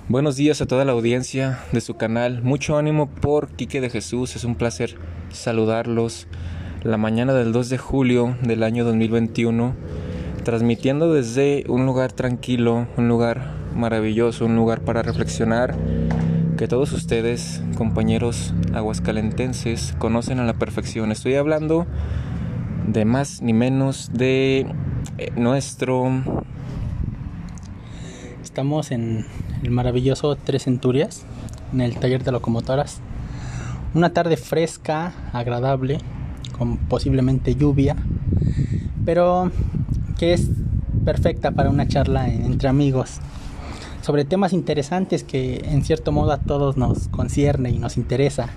Buenos días a toda la audiencia de su canal. Mucho ánimo por Quique de Jesús. Es un placer saludarlos la mañana del 2 de julio del año 2021, transmitiendo desde un lugar tranquilo, un lugar maravilloso, un lugar para reflexionar que todos ustedes, compañeros aguascalentenses, conocen a la perfección. Estoy hablando de más ni menos de nuestro... Estamos en el maravilloso Tres Centurias, en el taller de locomotoras. Una tarde fresca, agradable, con posiblemente lluvia, pero que es perfecta para una charla entre amigos sobre temas interesantes que en cierto modo a todos nos concierne y nos interesa.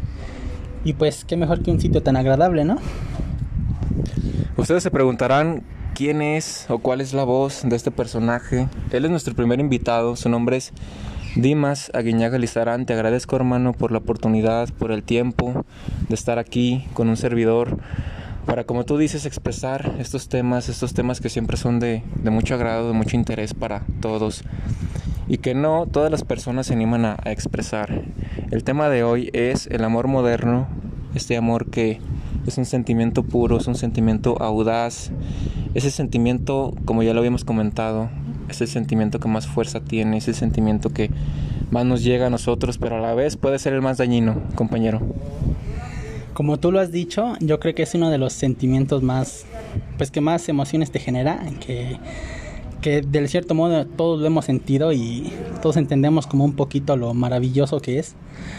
Y pues qué mejor que un sitio tan agradable, ¿no? Ustedes se preguntarán quién es o cuál es la voz de este personaje. Él es nuestro primer invitado. Su nombre es Dimas Aguiñaga Lizarán. Te agradezco, hermano, por la oportunidad, por el tiempo de estar aquí con un servidor para, como tú dices, expresar estos temas que siempre son de mucho agrado, de mucho interés para todos y que no todas las personas se animan a expresar. El tema de hoy es el amor moderno, este amor que es un sentimiento puro, es un sentimiento audaz, ese sentimiento, como ya lo habíamos comentado, es el sentimiento que más fuerza tiene, es el sentimiento que más nos llega a nosotros, pero a la vez puede ser el más dañino, compañero. Como tú lo has dicho, yo creo que es uno de los sentimientos más, pues que más emociones te genera, que de cierto modo todos lo hemos sentido y todos entendemos como un poquito lo maravilloso que es.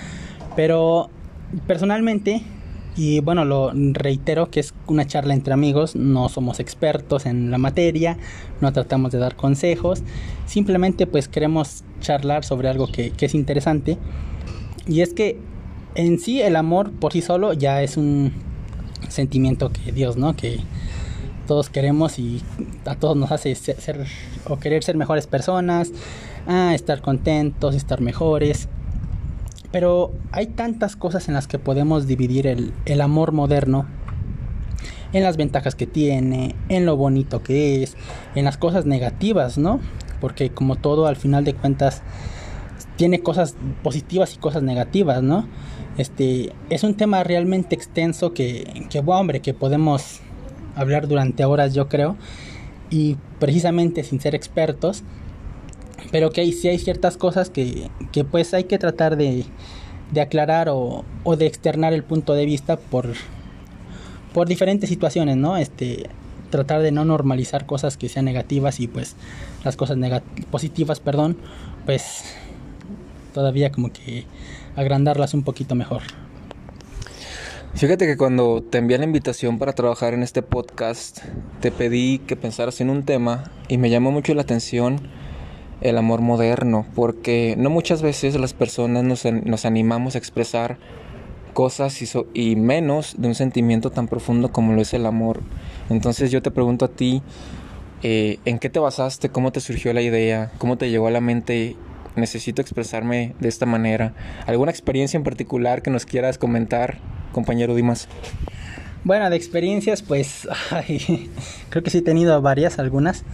Pero personalmente, y bueno, lo reitero que es una charla entre amigos, no somos expertos en la materia, no tratamos de dar consejos, simplemente pues queremos charlar sobre algo que es interesante. Y es que en sí el amor por sí solo ya es un sentimiento que Dios, ¿no? Que todos queremos y a todos nos hace ser o querer ser mejores personas, estar contentos, estar mejores. Pero hay tantas cosas en las que podemos dividir el amor moderno, en las ventajas que tiene, en lo bonito que es, en las cosas negativas, ¿no? Porque como todo, al final de cuentas, tiene cosas positivas y cosas negativas, ¿no? Es un tema realmente extenso que podemos hablar durante horas, yo creo, y precisamente sin ser expertos, pero que sí hay ciertas cosas que pues hay que tratar de aclarar o de externar el punto de vista por diferentes situaciones, ¿no? Tratar de no normalizar cosas que sean negativas y pues las cosas positivas, pues todavía como que agrandarlas un poquito mejor. Fíjate que cuando te envié la invitación para trabajar en este podcast, te pedí que pensaras en un tema y me llamó mucho la atención el amor moderno, porque no muchas veces las personas nos animamos a expresar cosas y menos de un sentimiento tan profundo como lo es el amor. Entonces yo te pregunto a ti, ¿en qué te basaste? ¿Cómo te surgió la idea? ¿Cómo te llegó a la mente? Necesito expresarme de esta manera. ¿Alguna experiencia en particular que nos quieras comentar, compañero Dimas? Bueno, de experiencias, pues creo que sí he tenido varias, algunas.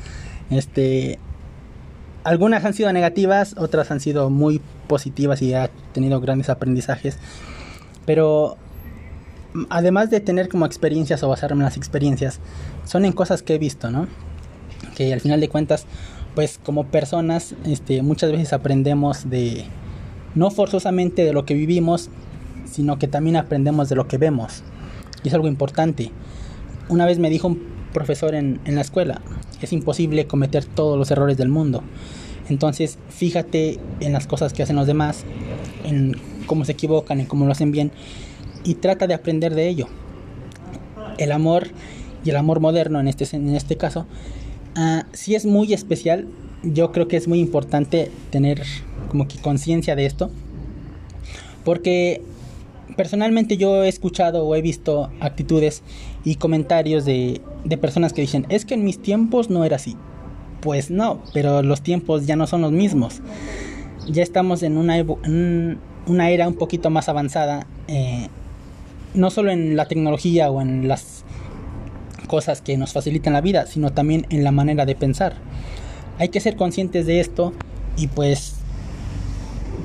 Algunas han sido negativas, otras han sido muy positivas y he tenido grandes aprendizajes. Pero además de tener como experiencias o basarme en las experiencias, son en cosas que he visto, ¿no? Que al final de cuentas, pues como personas, muchas veces aprendemos no forzosamente de lo que vivimos, sino que también aprendemos de lo que vemos. Y es algo importante. Una vez me dijo un profesor en la escuela: es imposible cometer todos los errores del mundo. Entonces, fíjate en las cosas que hacen los demás, en cómo se equivocan, en cómo lo hacen bien, y trata de aprender de ello. El amor y el amor moderno en este caso, sí es muy especial. Yo creo que es muy importante tener como que conciencia de esto, porque personalmente yo he escuchado o he visto actitudes y comentarios de personas que dicen: es que en mis tiempos no era así. Pues no, pero los tiempos ya no son los mismos. Ya estamos en una era un poquito más avanzada, no solo en la tecnología o en las cosas que nos facilitan la vida, sino también en la manera de pensar. Hay que ser conscientes de esto y pues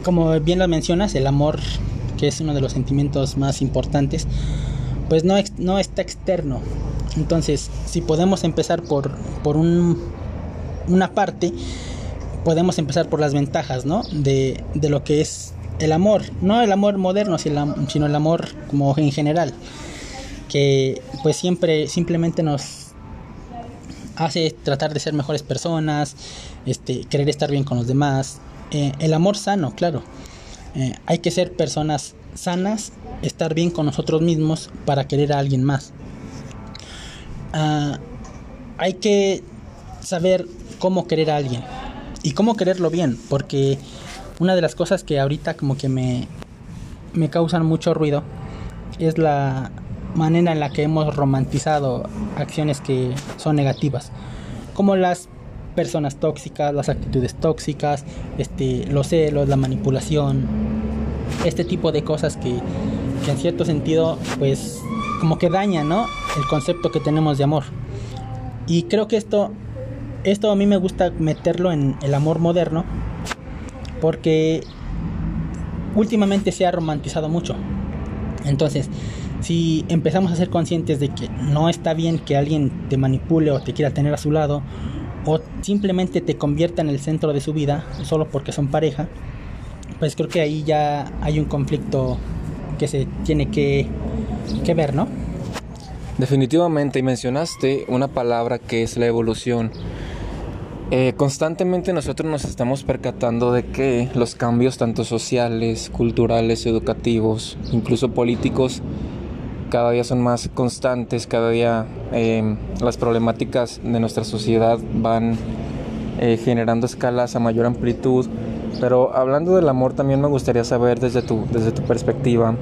como bien lo mencionas, el amor, que es uno de los sentimientos más importantes, pues no está externo. Entonces, si podemos empezar por una parte, podemos empezar por las ventajas, ¿no? De lo que es el amor, no el amor moderno, sino el amor como en general, que pues simplemente nos hace tratar de ser mejores personas, querer estar bien con los demás. El amor sano, claro. Hay que ser personas sanas, estar bien con nosotros mismos para querer a alguien más. Hay que saber cómo querer a alguien y cómo quererlo bien, porque una de las cosas que ahorita como que me causan mucho ruido es la manera en la que hemos romantizado acciones que son negativas, como las personas tóxicas, las actitudes tóxicas, los celos, la manipulación, este tipo de cosas que en cierto sentido pues como que dañan, ¿no?, el concepto que tenemos de amor. Y creo que esto a mí me gusta meterlo en el amor moderno, porque últimamente se ha romantizado mucho. Entonces, si empezamos a ser conscientes de que no está bien que alguien te manipule o te quiera tener a su lado, o simplemente te convierta en el centro de su vida solo porque son pareja, pues creo que ahí ya hay un conflicto que se tiene que ver, ¿no? Definitivamente, y mencionaste una palabra que es la evolución. Constantemente nosotros nos estamos percatando de que los cambios tanto sociales, culturales, educativos, incluso políticos, cada día son más constantes, cada día las problemáticas de nuestra sociedad van generando escalas a mayor amplitud. Pero hablando del amor, también me gustaría saber desde tu perspectiva,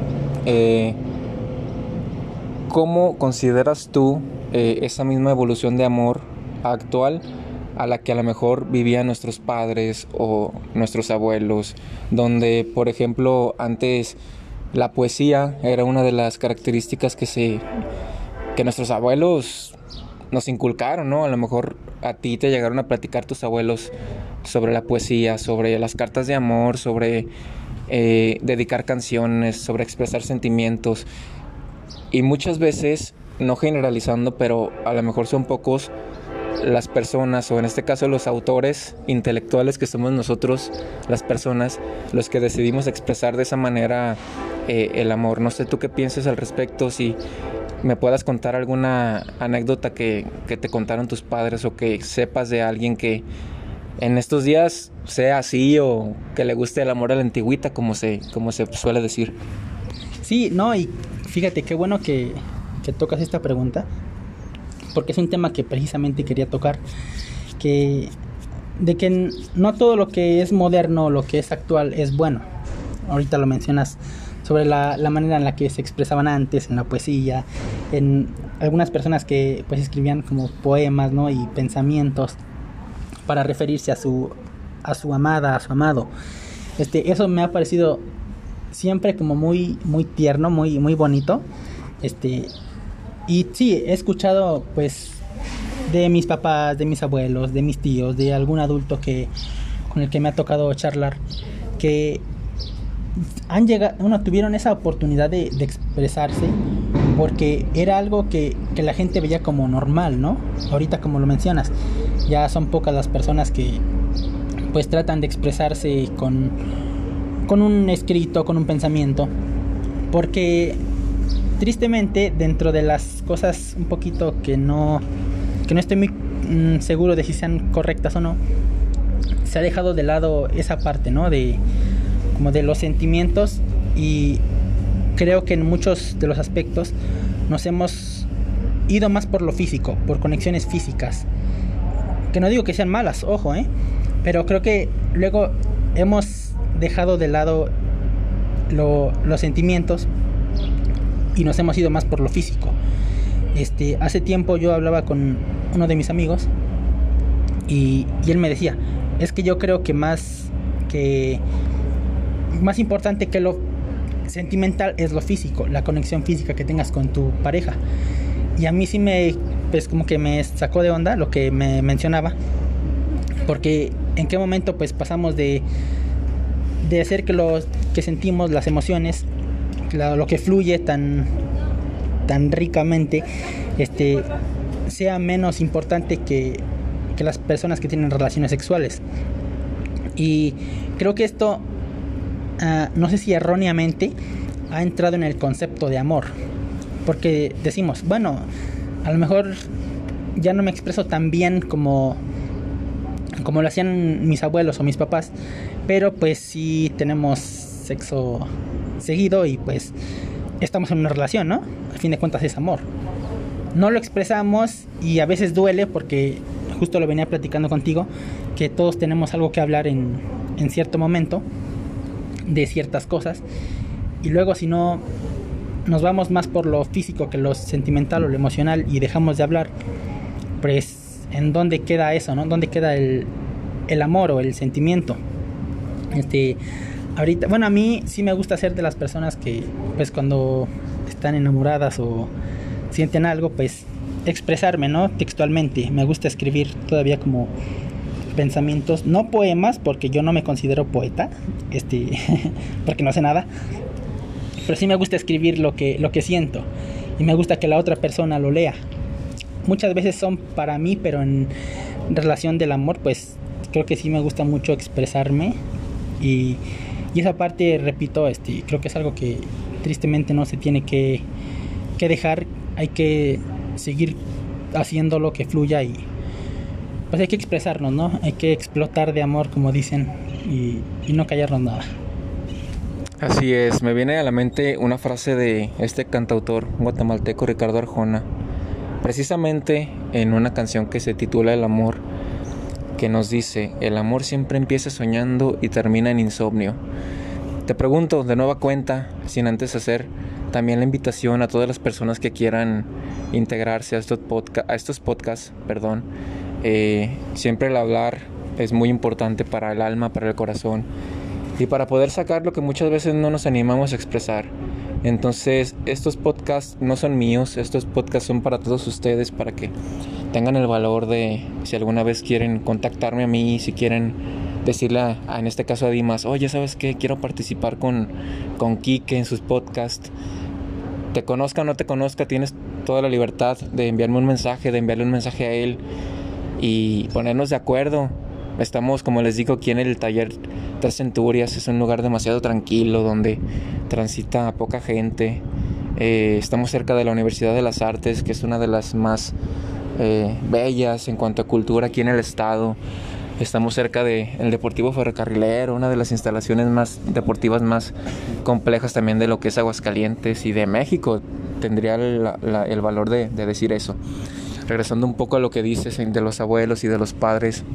¿cómo consideras tú esa misma evolución de amor actual a la que a lo mejor vivían nuestros padres o nuestros abuelos, donde, por ejemplo, antes la poesía era una de las características que nuestros abuelos nos inculcaron, ¿no? A lo mejor a ti te llegaron a platicar tus abuelos sobre la poesía, sobre las cartas de amor, sobre dedicar canciones, sobre expresar sentimientos, y muchas veces, no generalizando, pero a lo mejor son pocos las personas, o en este caso los autores intelectuales que somos nosotros, las personas, los que decidimos expresar de esa manera el amor. No sé tú qué piensas al respecto, si me puedas contar alguna anécdota que te contaron tus padres, o que sepas de alguien que en estos días sea así, o que le guste el amor a la antigüita, como se suele decir. Sí, no, y fíjate qué bueno que tocas esta pregunta, porque es un tema que precisamente quería tocar, de que no todo lo que es moderno, lo que es actual, es bueno. Ahorita lo mencionas sobre la manera en la que se expresaban antes, en la poesía, en algunas personas que pues escribían como poemas, ¿no?, y pensamientos para referirse a su amada, a su amado. Eso me ha parecido siempre como muy, muy tierno, muy, muy bonito. Y sí, he escuchado pues de mis papás, de mis abuelos, de mis tíos, de algún adulto con el que me ha tocado charlar, que tuvieron esa oportunidad de expresarse, porque era algo que la gente veía como normal, ¿no? Ahorita, como lo mencionas, ya son pocas las personas que pues tratan de expresarse con un escrito, con un pensamiento, porque tristemente, dentro de las cosas un poquito que no estoy muy seguro de si sean correctas o no, se ha dejado de lado esa parte, ¿no?, como de los sentimientos, y creo que en muchos de los aspectos nos hemos ido más por lo físico, por conexiones físicas, que no digo que sean malas, ojo, pero creo que luego hemos dejado de lado los sentimientos y nos hemos ido más por lo físico. Hace tiempo yo hablaba con uno de mis amigos y él me decía, es que yo creo que más importante que lo sentimental es lo físico, la conexión física que tengas con tu pareja. Y a mí sí pues como que me sacó de onda lo que me mencionaba, porque en qué momento pues pasamos de de hacer que lo que sentimos, las emociones, lo que fluye tan ricamente, sea menos importante que las personas que tienen relaciones sexuales. Y creo que esto, no sé si erróneamente, ha entrado en el concepto de amor, porque decimos, bueno, a lo mejor ya no me expreso tan bien como lo hacían mis abuelos o mis papás, pero pues sí tenemos sexo seguido y pues estamos en una relación, ¿no? A fin de cuentas es amor. No lo expresamos y a veces duele porque justo lo venía platicando contigo, que todos tenemos algo que hablar en cierto momento de ciertas cosas, y luego si no nos vamos más por lo físico que lo sentimental o lo emocional y dejamos de hablar, pues ¿en dónde queda eso, no? ¿Dónde queda el amor o el sentimiento? Ahorita, bueno, a mí sí me gusta ser de las personas que pues cuando están enamoradas o sienten algo, pues expresarme, ¿no? Textualmente. Me gusta escribir todavía como pensamientos, no poemas, porque yo no me considero poeta, porque no sé nada, pero sí me gusta escribir lo que siento, y me gusta que la otra persona lo lea. Muchas veces son para mí, pero en relación del amor, pues creo que sí me gusta mucho expresarme, y esa parte, repito, creo que es algo que tristemente no se tiene que dejar. Hay que seguir haciendo lo que fluya, y pues hay que expresarnos, ¿no? Hay que explotar de amor, como dicen, y no callarnos nada. Así es, me viene a la mente una frase de este cantautor guatemalteco Ricardo Arjona, precisamente en una canción que se titula El amor, que nos dice: el amor siempre empieza soñando y termina en insomnio. Te pregunto de nueva cuenta, sin antes hacer también la invitación a todas las personas que quieran integrarse a estos podcasts, siempre el hablar es muy importante para el alma, para el corazón, y para poder sacar lo que muchas veces no nos animamos a expresar. Entonces, estos podcasts no son míos, estos podcasts son para todos ustedes, para que tengan el valor de, si alguna vez quieren contactarme a mí, si quieren decirle en este caso a Dimas, oye, ¿sabes qué? Quiero participar con Quique en sus podcasts. Te conozca o no te conozca, tienes toda la libertad de enviarme un mensaje, de enviarle un mensaje a él y ponernos de acuerdo. Estamos, como les digo, aquí en el taller Tres Centurias. Es un lugar demasiado tranquilo donde transita poca gente. Estamos cerca de la Universidad de las Artes, que es una de las más bellas en cuanto a cultura aquí en el estado. Estamos cerca del Deportivo Ferrocarrilero, una de las instalaciones más deportivas más complejas también de lo que es Aguascalientes y de México. Tendría el valor de decir eso. Regresando un poco a lo que dices de los abuelos y de los padres,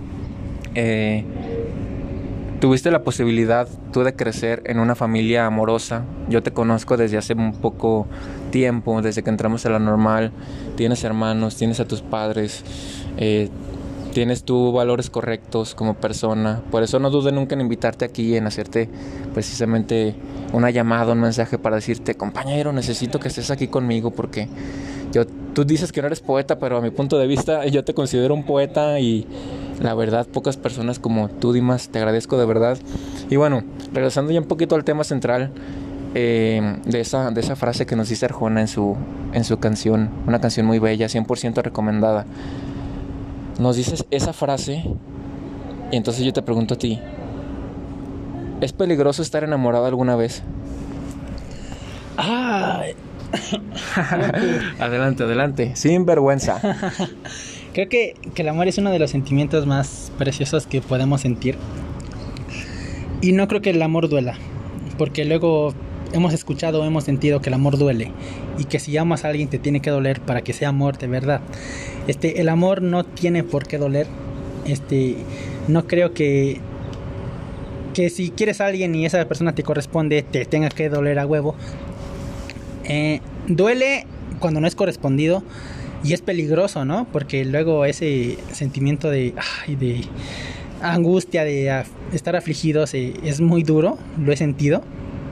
tuviste la posibilidad tú de crecer en una familia amorosa. Yo te conozco desde hace un poco tiempo, desde que entramos a la normal. Tienes hermanos, tienes a tus padres, tienes tú valores correctos como persona. Por eso no dude nunca en invitarte aquí, en hacerte precisamente una llamada, un mensaje para decirte: compañero, necesito que estés aquí conmigo, porque tú dices que no eres poeta, pero a mi punto de vista yo te considero un poeta, y la verdad pocas personas como tú, Dimas. Te agradezco de verdad. Y bueno, regresando ya un poquito al tema central, de esa frase que nos dice Arjona en su canción, una canción muy bella, 100% recomendada. Nos dices esa frase, y entonces yo te pregunto a ti: ¿es peligroso estar enamorado alguna vez? Adelante, sin vergüenza. Creo que el amor es uno de los sentimientos más preciosos que podemos sentir, y no creo que el amor duela, porque luego hemos sentido que el amor duele, y que si amas a alguien te tiene que doler para que sea amor de verdad. El amor no tiene por qué doler. No creo que si quieres a alguien y esa persona te corresponde, te tenga que doler a huevo. Duele cuando no es correspondido, y es peligroso, ¿no? Porque luego ese sentimiento de angustia, de estar afligidos, es muy duro. Lo he sentido.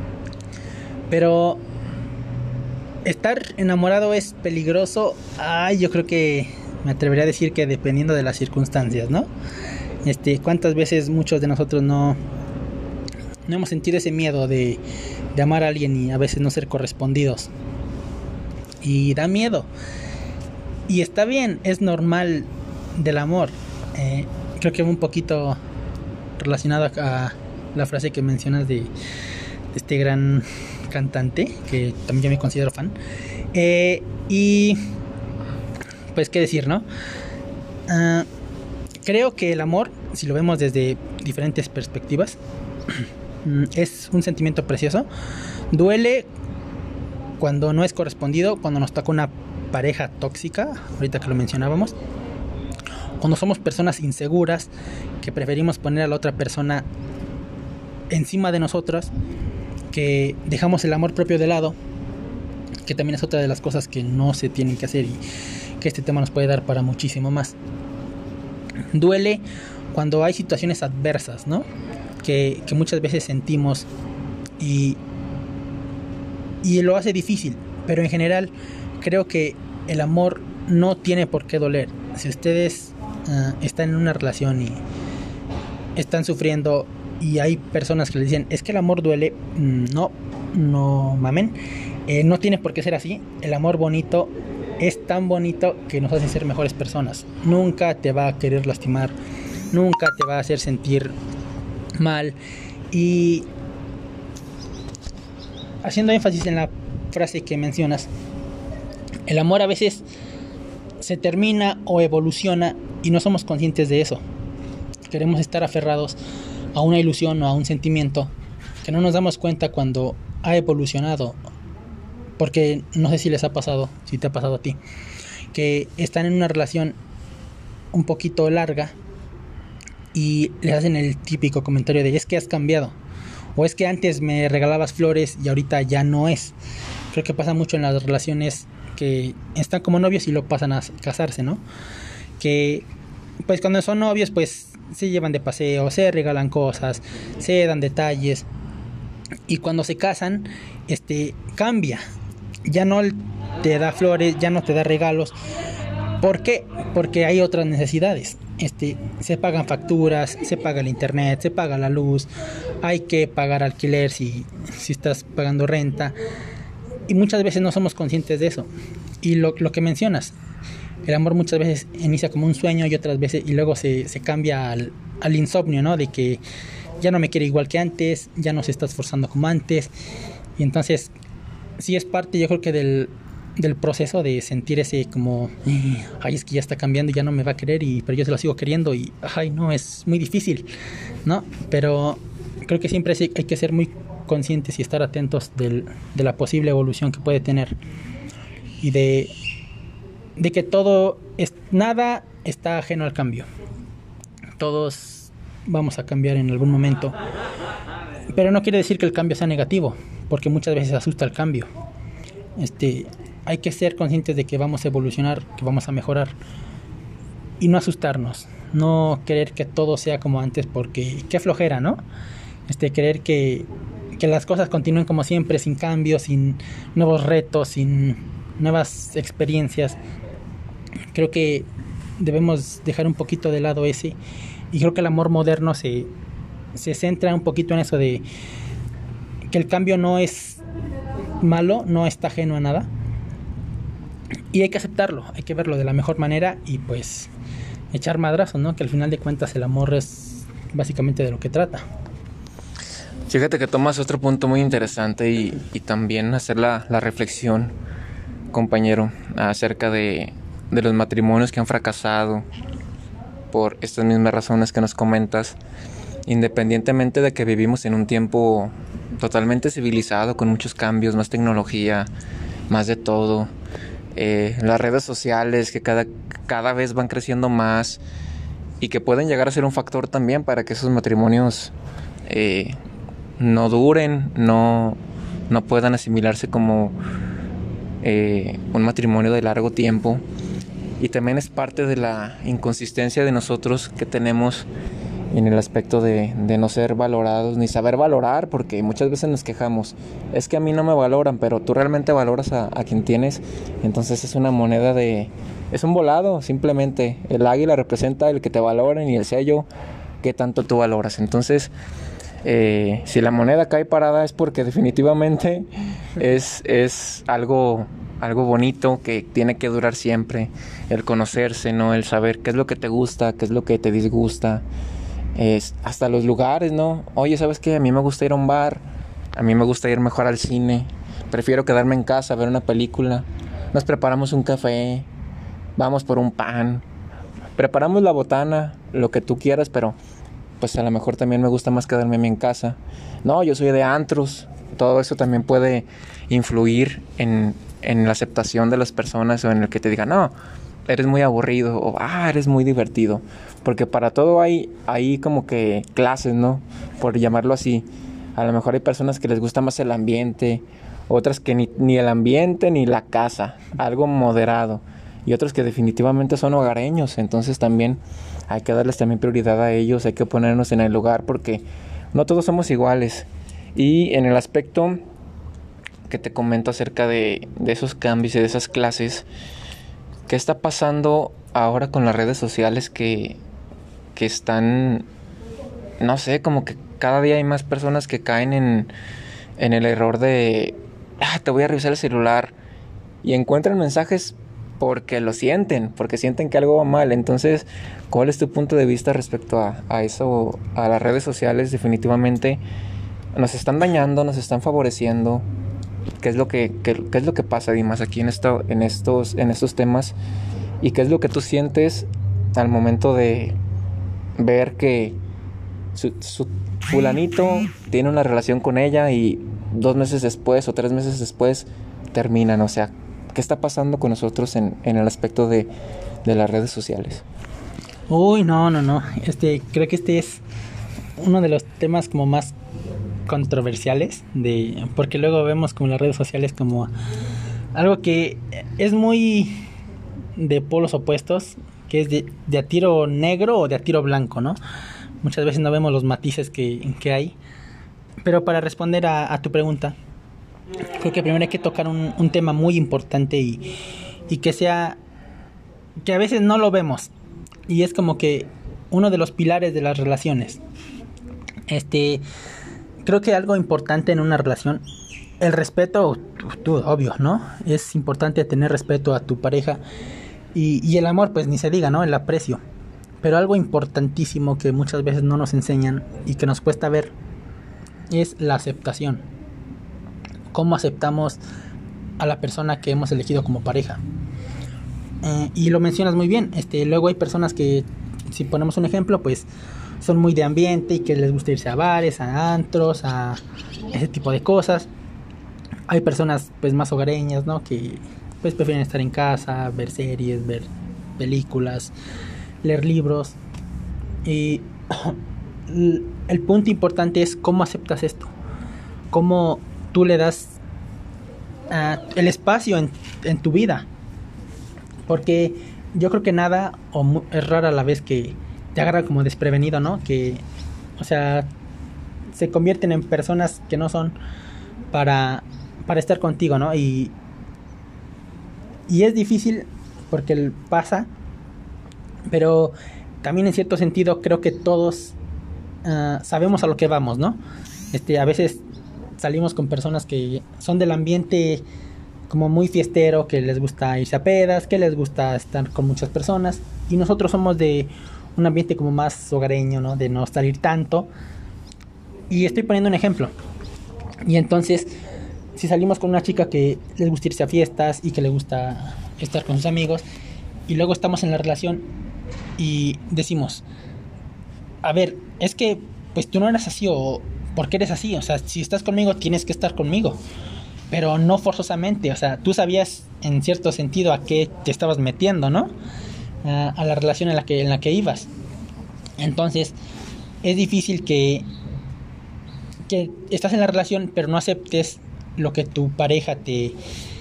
Pero estar enamorado es peligroso. Yo creo que me atrevería a decir que dependiendo de las circunstancias, ¿no? ¿Cuántas veces muchos de nosotros no no hemos sentido ese miedo de amar a alguien y a veces no ser correspondidos. Y da miedo. Y está bien, es normal del amor. Creo que un poquito relacionado a la frase que mencionas de este gran cantante, que también yo me considero fan. Y pues qué decir, ¿no? Creo que el amor, si lo vemos desde diferentes perspectivas, es un sentimiento precioso. Duele cuando no es correspondido, cuando nos toca una pareja tóxica, ahorita que lo mencionábamos, cuando somos personas inseguras, que preferimos poner a la otra persona encima de nosotros, que dejamos el amor propio de lado, que también es otra de las cosas que no se tienen que hacer y que este tema nos puede dar para muchísimo más. Duele cuando hay situaciones adversas, ¿no? Que muchas veces sentimos y lo hace difícil, pero en general creo que el amor no tiene por qué doler. Si ustedes están en una relación y están sufriendo y hay personas que les dicen es que el amor duele, no mamen, no tiene por qué ser así. El amor bonito es tan bonito que nos hace ser mejores personas. Nunca te va a querer lastimar, nunca te va a hacer sentir mal. Y haciendo énfasis en la frase que mencionas, el amor a veces se termina o evoluciona y no somos conscientes de eso. Queremos estar aferrados a una ilusión o a un sentimiento que no nos damos cuenta cuando ha evolucionado. Porque no sé si les ha pasado, si te ha pasado a ti, que están en una relación un poquito larga y les hacen el típico comentario de es que has cambiado, o es que antes me regalabas flores y ahorita ya no es. Creo que pasa mucho en las relaciones que están como novios y lo pasan a casarse, ¿no? Que pues cuando son novios pues se llevan de paseo, se regalan cosas, se dan detalles, y cuando se casan cambia. Ya no te da flores, ya no te da regalos. ¿Por qué? Porque hay otras necesidades. Se pagan facturas, se paga el internet, se paga la luz, hay que pagar alquiler si estás pagando renta. Y muchas veces no somos conscientes de eso. Y lo que mencionas, el amor muchas veces inicia como un sueño y otras veces y luego se cambia al insomnio, ¿no? De que ya no me quiere igual que antes, ya no se está esforzando como antes. Y entonces sí es parte, yo creo que del proceso de sentir ese como ay, es que ya está cambiando y ya no me va a querer, pero yo se lo sigo queriendo y ay, no, es muy difícil, ¿no? Pero creo que siempre hay que ser muy conscientes y estar atentos de la posible evolución que puede tener y de que nada está ajeno al cambio. Todos vamos a cambiar en algún momento, pero no quiere decir que el cambio sea negativo, porque muchas veces asusta el cambio. Hay que ser conscientes de que vamos a evolucionar, que vamos a mejorar y no asustarnos, no querer que todo sea como antes, porque qué flojera, ¿no? Querer que las cosas continúen como siempre, sin cambios, sin nuevos retos, sin nuevas experiencias. Creo que debemos dejar un poquito de lado ese, y creo que el amor moderno se centra un poquito en eso de que el cambio no es malo, no está ajeno a nada y hay que aceptarlo, hay que verlo de la mejor manera y pues echar madrazos, ¿no? Que al final de cuentas el amor es básicamente de lo que trata. Fíjate que tomas otro punto muy interesante y también hacer la reflexión, compañero, acerca de los matrimonios que han fracasado por estas mismas razones que nos comentas, independientemente de que vivimos en un tiempo totalmente civilizado, con muchos cambios, más tecnología, más de todo, las redes sociales que cada vez van creciendo más y que pueden llegar a ser un factor también para que esos matrimonios no duren, no puedan asimilarse como un matrimonio de largo tiempo. Y también es parte de la inconsistencia de nosotros que tenemos en el aspecto de no ser valorados ni saber valorar, porque muchas veces nos quejamos, es que a mí no me valoran, pero tú realmente valoras a quien tienes. Entonces es una moneda es un volado, simplemente el águila representa el que te valoren y el sello que tanto tú valoras. Entonces Si la moneda cae parada es porque definitivamente es algo bonito que tiene que durar siempre. El conocerse, ¿no? El saber qué es lo que te gusta, qué es lo que te disgusta. Hasta los lugares, ¿no? Oye, ¿sabes qué? A mí me gusta ir a un bar, a mí me gusta ir mejor al cine. Prefiero quedarme en casa a ver una película. Nos preparamos un café, vamos por un pan, preparamos la botana, lo que tú quieras, pero pues a lo mejor también me gusta más quedarme a mí en casa. No, yo soy de antros. Todo eso también puede influir en la aceptación de las personas, o en el que te digan, no, eres muy aburrido, o eres muy divertido. Porque para todo hay como que clases, ¿no? Por llamarlo así. A lo mejor hay personas que les gusta más el ambiente, otras que ni el ambiente ni la casa, algo moderado. Y otros que definitivamente son hogareños. Entonces también hay que darles también prioridad a ellos, hay que ponernos en el lugar, porque no todos somos iguales. Y en el aspecto que te comento acerca de esos cambios y de esas clases, ¿qué está pasando ahora con las redes sociales que están, no sé, como que cada día hay más personas que caen en el error de, te voy a revisar el celular, y encuentran mensajes porque lo sienten, porque sienten que algo va mal? Entonces, ¿cuál es tu punto de vista respecto a eso, a las redes sociales? Definitivamente nos están dañando, nos están favoreciendo. ¿Qué es lo que pasa, Dimas, aquí en estos temas? ¿Y qué es lo que tú sientes al momento de ver que su fulanito tiene una relación con ella y 2 meses después o 3 meses después terminan? O sea, ¿qué está pasando con nosotros en el aspecto de las redes sociales? Uy, no. Creo que este es uno de los temas como más controversiales, porque luego vemos como las redes sociales como algo que es muy de polos opuestos, que es de a tiro negro o de a tiro blanco, ¿no? Muchas veces no vemos los matices que hay. Pero para responder a tu pregunta, creo que primero hay que tocar un tema muy importante y que a veces no lo vemos, y es como que uno de los pilares de las relaciones. Creo que algo importante en una relación, el respeto, obvio, ¿no? Es importante tener respeto a tu pareja, y el amor, pues ni se diga, ¿no? El aprecio. Pero algo importantísimo que muchas veces no nos enseñan y que nos cuesta ver es la aceptación. ¿Cómo aceptamos a la persona que hemos elegido como pareja? Y lo mencionas muy bien. Luego hay personas que, si ponemos un ejemplo, pues son muy de ambiente y que les gusta irse a bares, a antros, a ese tipo de cosas. Hay personas pues más hogareñas, ¿no? Que pues prefieren estar en casa, ver series, ver películas, leer libros. Y el punto importante es cómo aceptas esto, cómo tú le das el espacio en tu vida. Porque yo creo que nada es rara a la vez que te agarra como desprevenido, ¿no? Que, o sea, se convierten en personas que no son para estar contigo, ¿no? Y es difícil porque pasa, pero también en cierto sentido creo que todos sabemos a lo que vamos, ¿no? A veces salimos con personas que son del ambiente como muy fiestero, que les gusta irse a pedas, que les gusta estar con muchas personas, y nosotros somos de un ambiente como más hogareño, ¿no? De no salir tanto. Y estoy poniendo un ejemplo. Y entonces, si salimos con una chica que les gusta irse a fiestas y que le gusta estar con sus amigos, y luego estamos en la relación y decimos, a ver, es que pues tú no eres así, o ¿por qué eres así? O sea, si estás conmigo tienes que estar conmigo, pero no forzosamente. O sea, tú sabías en cierto sentido a qué te estabas metiendo, ¿no? A la relación en la que ibas. Entonces es difícil que estás en la relación pero no aceptes lo que tu pareja te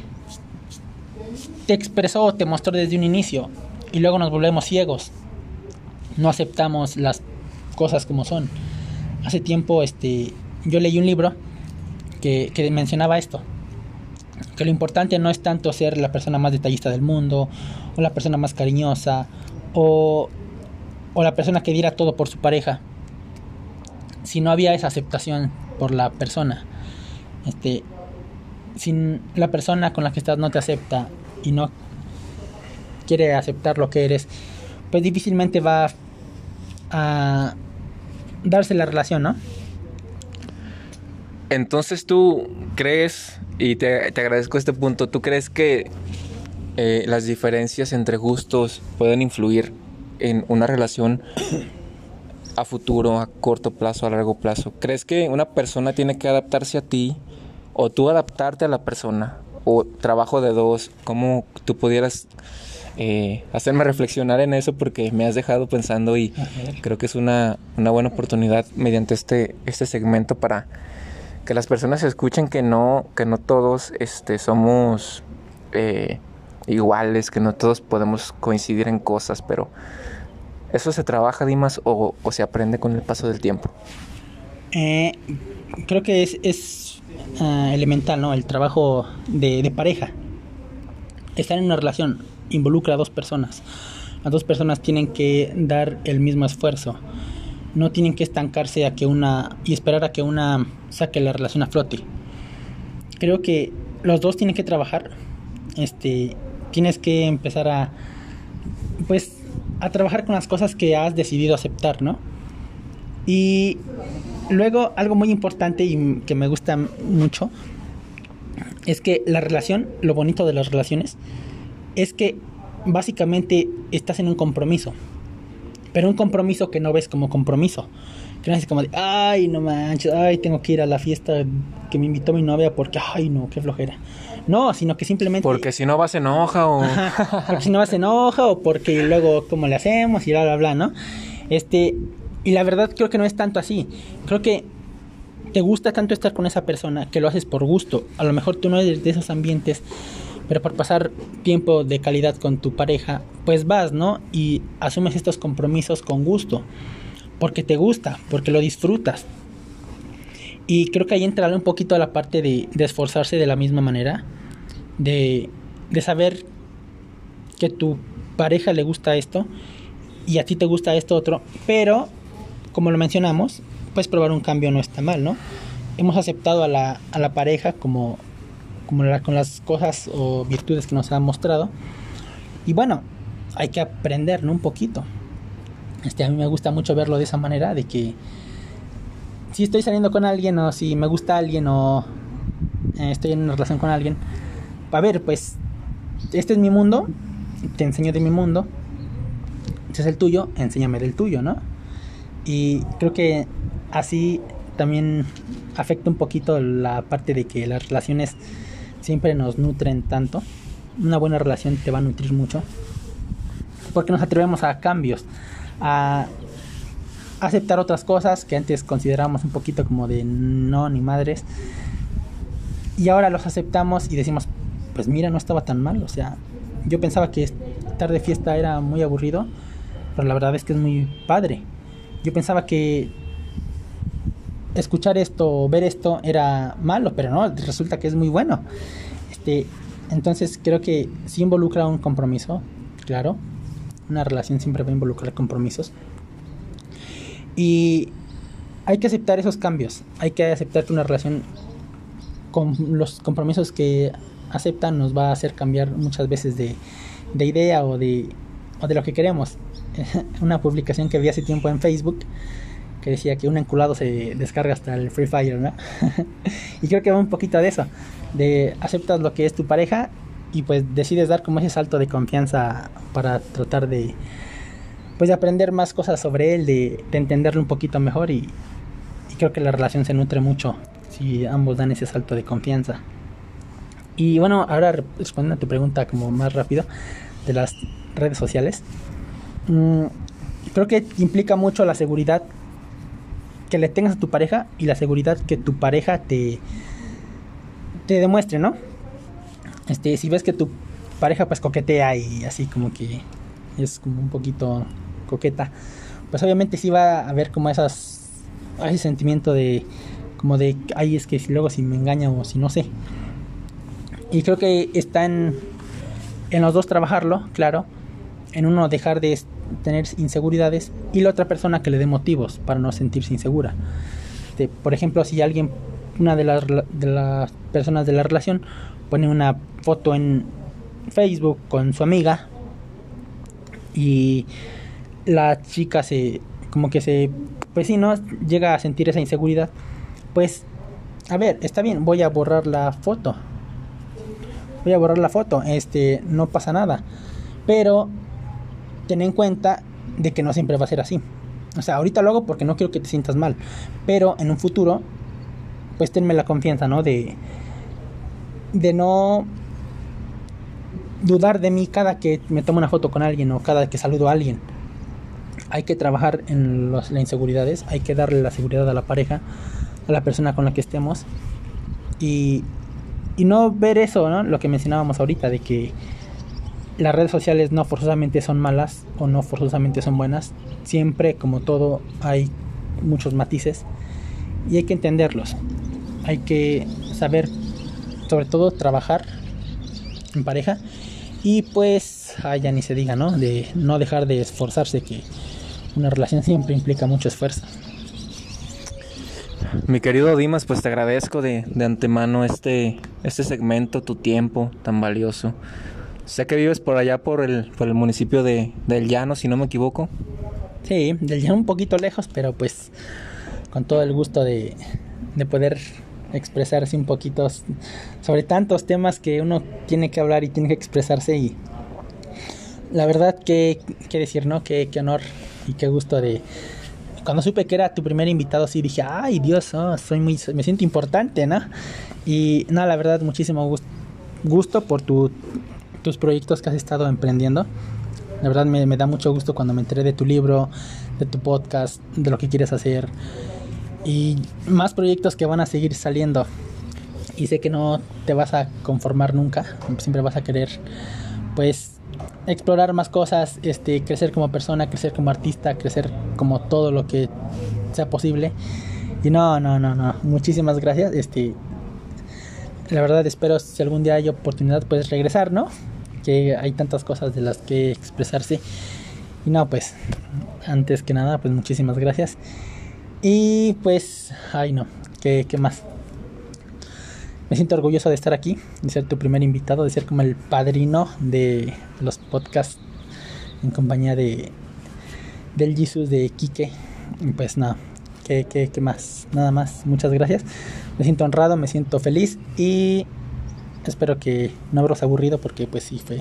expresó o te mostró desde un inicio, y luego nos volvemos ciegos, no aceptamos las cosas como son. Hace tiempo yo leí un libro que mencionaba esto, que lo importante no es tanto ser la persona más detallista del mundo, o la persona más cariñosa, o la persona que diera todo por su pareja, si no había esa aceptación por la persona. Si la persona con la que estás no te acepta y no quiere aceptar lo que eres, pues difícilmente va a darse la relación, ¿no? Entonces tú crees, y te agradezco este punto, ¿tú crees que las diferencias entre gustos pueden influir en una relación a futuro, a corto plazo, a largo plazo? ¿Crees que una persona tiene que adaptarse a ti o tú adaptarte a la persona? ¿O trabajo de dos? ¿Cómo tú pudieras hacerme reflexionar en eso? Porque me has dejado pensando y creo que es una buena oportunidad mediante este segmento para que las personas escuchen que no todos somos iguales, que no todos podemos coincidir en cosas, pero ¿eso se trabaja, Dimas, o se aprende con el paso del tiempo? Creo que es elemental, ¿no? El trabajo de pareja. Estar en una relación involucra a dos personas. Las dos personas tienen que dar el mismo esfuerzo. No tienen que estancarse y esperar a que una saque la relación a flote. Creo que los dos tienen que trabajar. Tienes que empezar a trabajar con las cosas que has decidido aceptar, ¿no? Y luego algo muy importante y que me gusta mucho es que la relación, lo bonito de las relaciones es que básicamente estás en un compromiso, pero un compromiso que no ves como compromiso, que no es como de, ay, no manches, ay, tengo que ir a la fiesta que me invitó mi novia porque, ay, no, qué flojera. No, sino que simplemente... Porque si no vas se enoja o... Ajá, porque si no vas se enoja o porque luego cómo le hacemos y bla, bla, bla, ¿no? Y la verdad creo que no es tanto así. Creo que te gusta tanto estar con esa persona que lo haces por gusto. A lo mejor tú no eres de esos ambientes, pero por pasar tiempo de calidad con tu pareja, pues vas, ¿no? Y asumes estos compromisos con gusto, porque te gusta, porque lo disfrutas. Y creo que ahí entra un poquito a la parte de esforzarse de la misma manera, de saber que tu pareja le gusta esto y a ti te gusta esto otro, pero como lo mencionamos, pues probar un cambio no está mal, ¿no? Hemos aceptado a la pareja con las cosas o virtudes que nos han mostrado, y bueno, hay que aprender, ¿no? Un poquito. A mí me gusta mucho verlo de esa manera, de que si estoy saliendo con alguien o si me gusta alguien o estoy en una relación con alguien, a ver, pues este es mi mundo, te enseño de mi mundo, este es el tuyo, enséñame del tuyo, ¿no? Y creo que así también afecta un poquito la parte de que las relaciones siempre nos nutren tanto. Una buena relación te va a nutrir mucho porque nos atrevemos a cambios, a aceptar otras cosas que antes considerábamos un poquito como de no, ni madres, y ahora los aceptamos y decimos, pues mira, no estaba tan mal. O sea, yo pensaba que estar de fiesta era muy aburrido, pero la verdad es que es muy padre. Yo pensaba que escuchar esto o ver esto era malo, pero no, resulta que es muy bueno. Entonces creo que sí involucra un compromiso, claro. Una relación siempre va a involucrar compromisos. Y hay que aceptar esos cambios. Hay que aceptar que una relación con los compromisos que aceptan nos va a hacer cambiar muchas veces de idea o de lo que queremos. Una publicación que vi hace tiempo en Facebook que decía que un enculado se descarga hasta el Free Fire, ¿no? Y creo que va un poquito de eso, de aceptas lo que es tu pareja y pues decides dar como ese salto de confianza para tratar de aprender más cosas sobre él, de entenderlo un poquito mejor, y creo que la relación se nutre mucho si ambos dan ese salto de confianza. Y bueno, ahora respondiendo a tu pregunta como más rápido de las redes sociales, creo que implica mucho la seguridad que le tengas a tu pareja y la seguridad que tu pareja te demuestre, ¿no? Si ves que tu pareja pues coquetea y así como que es como un poquito coqueta, pues obviamente sí va a haber como ese sentimiento de como de, ay, es que luego si me engaña o si no sé. Y creo que está en los dos trabajarlo, claro. En uno dejar de tener inseguridades, y la otra persona que le dé motivos para no sentirse insegura. Por ejemplo, si alguien, una de las personas de la relación, pone una foto en Facebook con su amiga y la chica pues si no llega a sentir esa inseguridad, pues a ver, está bien, voy a borrar la foto, no pasa nada, pero ten en cuenta de que no siempre va a ser así. O sea, ahorita lo hago porque no quiero que te sientas mal, pero en un futuro pues tenme la confianza, ¿no? De no dudar de mí cada que me tomo una foto con alguien o cada que saludo a alguien. Hay que trabajar en las inseguridades, hay que darle la seguridad a la pareja, a la persona con la que estemos, y no ver eso, ¿no? Lo que mencionábamos ahorita, de que las redes sociales no forzosamente son malas o no forzosamente son buenas. Siempre, como todo, hay muchos matices y hay que entenderlos. Hay que saber, sobre todo, trabajar en pareja, y pues ya ni se diga, ¿no? De no dejar de esforzarse, que una relación siempre implica mucho esfuerzo. Mi querido Dimas, pues te agradezco de antemano este segmento, tu tiempo tan valioso. Sé que vives por allá por el municipio del Llano, si no me equivoco. Sí, del Llano un poquito lejos, pero pues con todo el gusto de poder expresarse un poquito sobre tantos temas que uno tiene que hablar y tiene que expresarse. Y la verdad, que decir, ¿no? Qué honor y qué gusto de... Cuando supe que era tu primer invitado, sí dije, ay Dios, me siento importante, ¿no? Y no, la verdad, muchísimo gusto por tus proyectos que has estado emprendiendo. La verdad me da mucho gusto cuando me enteré de tu libro, de tu podcast, de lo que quieres hacer, y más proyectos que van a seguir saliendo. Y sé que no te vas a conformar nunca, siempre vas a querer pues explorar más cosas, crecer como persona, crecer como artista, crecer como todo lo que sea posible. Y no, muchísimas gracias. La verdad espero, si algún día hay oportunidad, pues regresar, ¿no? Que hay tantas cosas de las que expresarse. Y no, pues antes que nada, pues muchísimas gracias. Y pues, ¿qué más? Me siento orgulloso de estar aquí, de ser tu primer invitado, de ser como el padrino de los podcasts en compañía del Jesus de Quique. Y pues nada, ¿qué más? Nada más, muchas gracias. Me siento honrado, me siento feliz y espero que no haberos aburrido, porque pues sí fue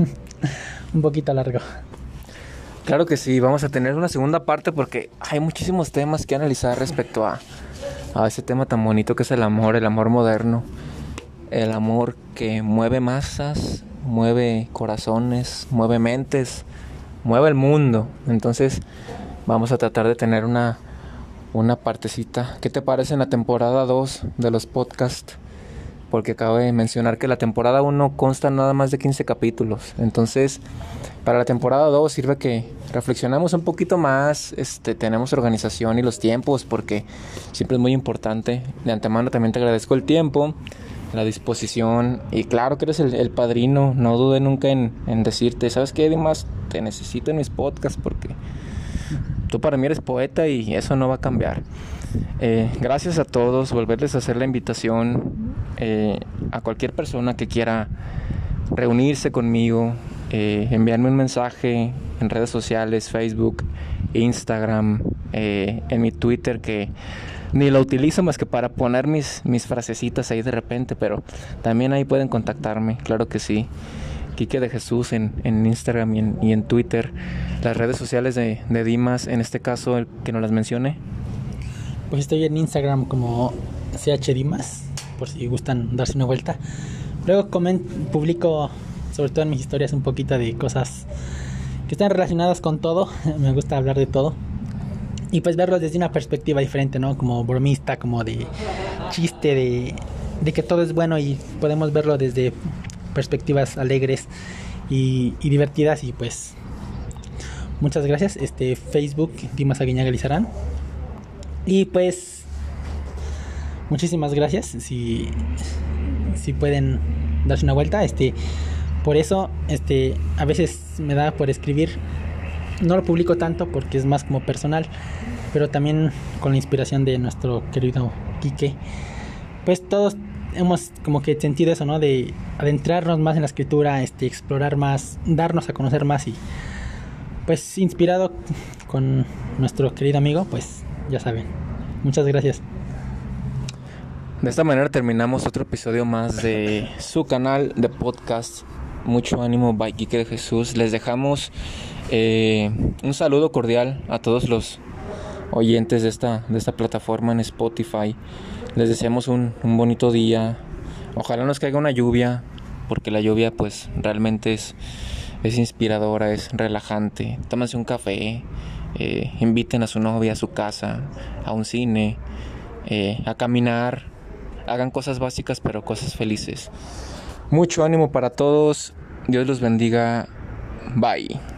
un poquito largo. Claro que sí, vamos a tener una segunda parte porque hay muchísimos temas que analizar respecto a ese tema tan bonito que es el amor moderno, el amor que mueve masas, mueve corazones, mueve mentes, mueve el mundo. Entonces vamos a tratar de tener una partecita. ¿Qué te parece en la temporada 2 de los podcasts? Porque acabo de mencionar que la temporada 1 consta nada más de 15 capítulos. Entonces, para la temporada 2 sirve que reflexionamos un poquito más, tenemos organización y los tiempos, porque siempre es muy importante. De antemano también te agradezco el tiempo, la disposición, y claro que eres el padrino. No dude nunca en decirte, ¿sabes qué, Dimas? Te necesito en mis podcasts porque tú para mí eres poeta y eso no va a cambiar. Gracias a todos, volverles a hacer la invitación a cualquier persona que quiera reunirse conmigo, enviarme un mensaje en redes sociales, Facebook, Instagram, en mi Twitter, que ni lo utilizo más que para poner mis frasecitas ahí de repente, pero también ahí pueden contactarme, claro que sí. Quique de Jesús en Instagram y en Twitter. Las redes sociales de Dimas, en este caso, el que nos las mencione. Pues estoy en Instagram como CHDimas, por si gustan darse una vuelta. Luego publico, sobre todo en mis historias, un poquito de cosas que están relacionadas con todo. Me gusta hablar de todo y pues verlo desde una perspectiva diferente, ¿no? Como bromista, como de chiste, de que todo es bueno y podemos verlo desde perspectivas alegres y divertidas. Y pues muchas gracias. Facebook, Dimas Aguiñaga Lizarán. Y pues muchísimas gracias. Si pueden darse una vuelta, por eso a veces me da por escribir no lo publico tanto porque es más como personal, pero también con la inspiración de nuestro querido Quique, pues todos hemos como que sentido eso, ¿no? De adentrarnos más en la escritura, explorar más, darnos a conocer más y pues inspirado con nuestro querido amigo, pues ya saben. Muchas gracias. De esta manera terminamos otro episodio más de su canal de podcast. Mucho ánimo, by Quique de Jesús. Les dejamos un saludo cordial a todos los oyentes de esta plataforma en Spotify. Les deseamos un bonito día. Ojalá nos caiga una lluvia, porque la lluvia pues realmente es inspiradora, es relajante. Tómense un café, inviten a su novia a su casa, a un cine, a caminar. Hagan cosas básicas, pero cosas felices. Mucho ánimo para todos. Dios los bendiga. Bye.